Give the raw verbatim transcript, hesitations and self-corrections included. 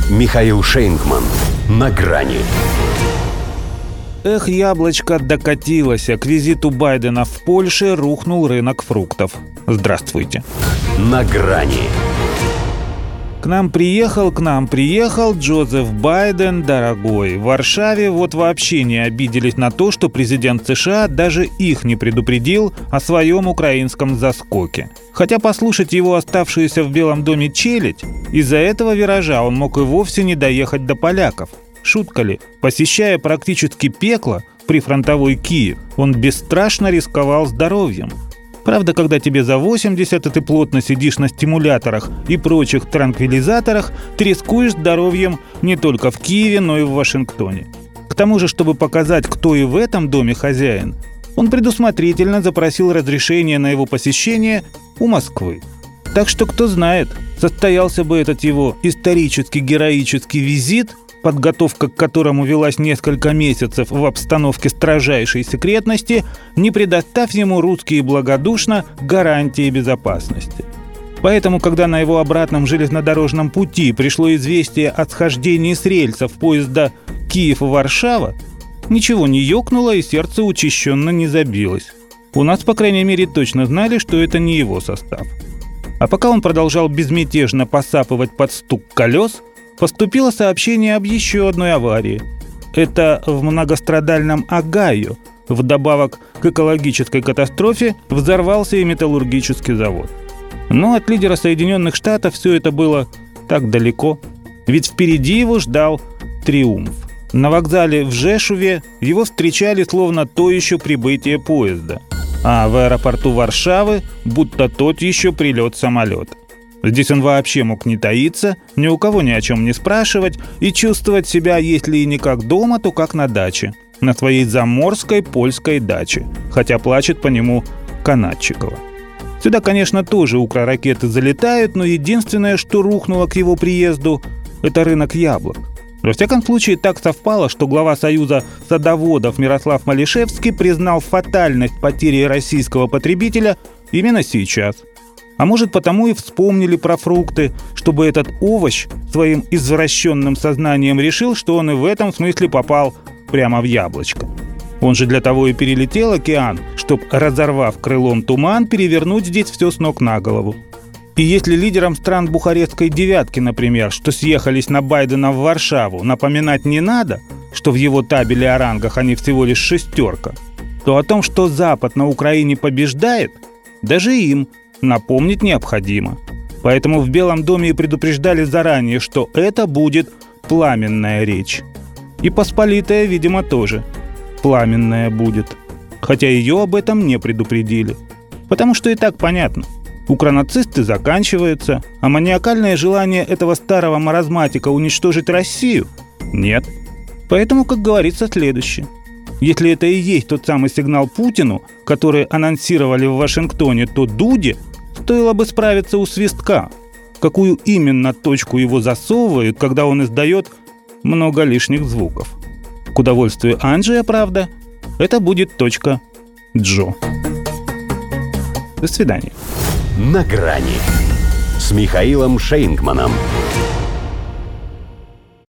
Михаил Шейнгман. На грани. Эх, яблочко докатилось. К визиту Байдена в Польше рухнул рынок фруктов. Здравствуйте. На грани. К нам приехал, к нам приехал Джозеф Байден, дорогой. В Варшаве вот вообще не обиделись на то, что президент США даже их не предупредил о своем украинском заскоке. Хотя послушать его оставшуюся в Белом доме челядь, из-за этого виража он мог и вовсе не доехать до поляков. Шутка ли, посещая практически пекло, прифронтовой Киев, он бесстрашно рисковал здоровьем. Правда, когда тебе за восемьдесят, и ты плотно сидишь на стимуляторах и прочих транквилизаторах, ты рискуешь здоровьем не только в Киеве, но и в Вашингтоне. К тому же, чтобы показать, кто и в этом доме хозяин, он предусмотрительно запросил разрешение на его посещение у Москвы. Так что, кто знает, состоялся бы этот его исторически героический визит, подготовка к которому велась несколько месяцев в обстановке строжайшей секретности, не предоставь ему русские благодушно гарантии безопасности. Поэтому, когда на его обратном железнодорожном пути пришло известие о схождении с рельсов поезда Киев-Варшава, ничего не ёкнуло и сердце учащенно не забилось. У нас, по крайней мере, точно знали, что это не его состав. А пока он продолжал безмятежно посапывать под стук колес, поступило сообщение об еще одной аварии. Это в многострадальном Огайо. Вдобавок к экологической катастрофе взорвался и металлургический завод. Но от лидера Соединенных Штатов все это было так далеко. Ведь впереди его ждал триумф. На вокзале в Жешуве его встречали словно то еще прибытие поезда. А в аэропорту Варшавы будто тот еще прилет самолета. Здесь он вообще мог не таиться, ни у кого ни о чем не спрашивать и чувствовать себя, если и не как дома, то как на даче. На своей заморской польской даче, хотя плачет по нему Канадчикова. Сюда, конечно, тоже укроракеты залетают, но единственное, что рухнуло к его приезду, это рынок яблок. Во всяком случае, так совпало, что глава Союза садоводов Мирослав Малишевский признал фатальность потери российского потребителя именно сейчас. А может, потому и вспомнили про фрукты, чтобы этот овощ своим извращенным сознанием решил, что он и в этом смысле попал прямо в яблочко. Он же для того и перелетел океан, чтобы, разорвав крылом туман, перевернуть здесь все с ног на голову. И если лидерам стран Бухарестской девятки, например, что съехались на Байдена в Варшаву, напоминать не надо, что в его табеле о рангах они всего лишь шестерка, то о том, что Запад на Украине побеждает, даже им напомнить необходимо. Поэтому в Белом доме и предупреждали заранее, что это будет пламенная речь. И посполитая, видимо, тоже пламенная будет. Хотя ее об этом не предупредили. Потому что и так понятно. Укронацисты заканчиваются, а маниакальное желание этого старого маразматика уничтожить Россию нет. Поэтому, как говорится, следующее. Если это и есть тот самый сигнал Путину, который анонсировали в Вашингтоне, то Дуде стоило бы справиться у свистка, в какую именно точку его засовывают, когда он издает много лишних звуков. К удовольствию Анджея, правда, это будет точка Джо. До свидания. На грани с Михаилом Шейнгманом.